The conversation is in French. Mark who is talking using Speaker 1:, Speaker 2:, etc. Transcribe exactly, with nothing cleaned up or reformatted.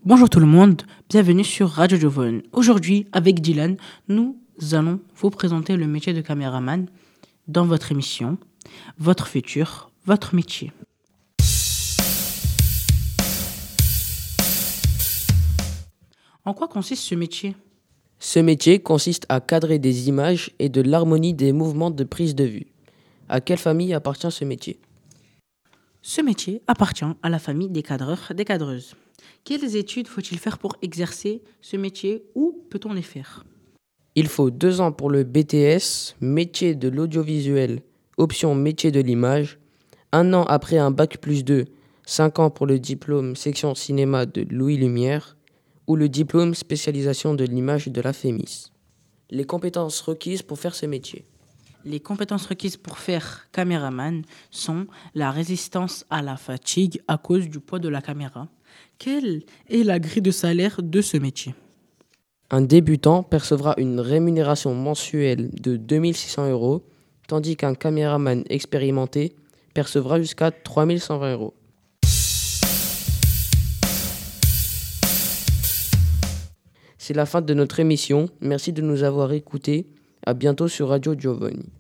Speaker 1: Bonjour tout le monde, bienvenue sur Radio Jovon. Aujourd'hui, avec Dylan, nous allons vous présenter le métier de caméraman dans votre émission, votre futur, votre métier. En quoi consiste ce métier ?
Speaker 2: Ce métier consiste à cadrer des images et de l'harmonie des mouvements de prise de vue. À quelle famille appartient ce métier ?
Speaker 1: Ce métier appartient à la famille des cadreurs, des cadreuses. Quelles études faut-il faire pour exercer ce métier ou peut-on les faire ?
Speaker 2: Il faut deux ans pour le B T S, métier de l'audiovisuel, option métier de l'image, un an après un bac plus deux, cinq ans pour le diplôme section cinéma de Louis Lumière ou le diplôme spécialisation de l'image de la Fémis. Les compétences requises pour faire ce métier.
Speaker 1: Les compétences requises pour faire caméraman sont la résistance à la fatigue à cause du poids de la caméra. Quelle est la grille de salaire de ce métier ?
Speaker 2: Un débutant percevra une rémunération mensuelle de deux mille six cents euros, tandis qu'un caméraman expérimenté percevra jusqu'à trois mille cent vingt euros. C'est la fin de notre émission. Merci de nous avoir écoutés. À bientôt sur Radio Giovanni.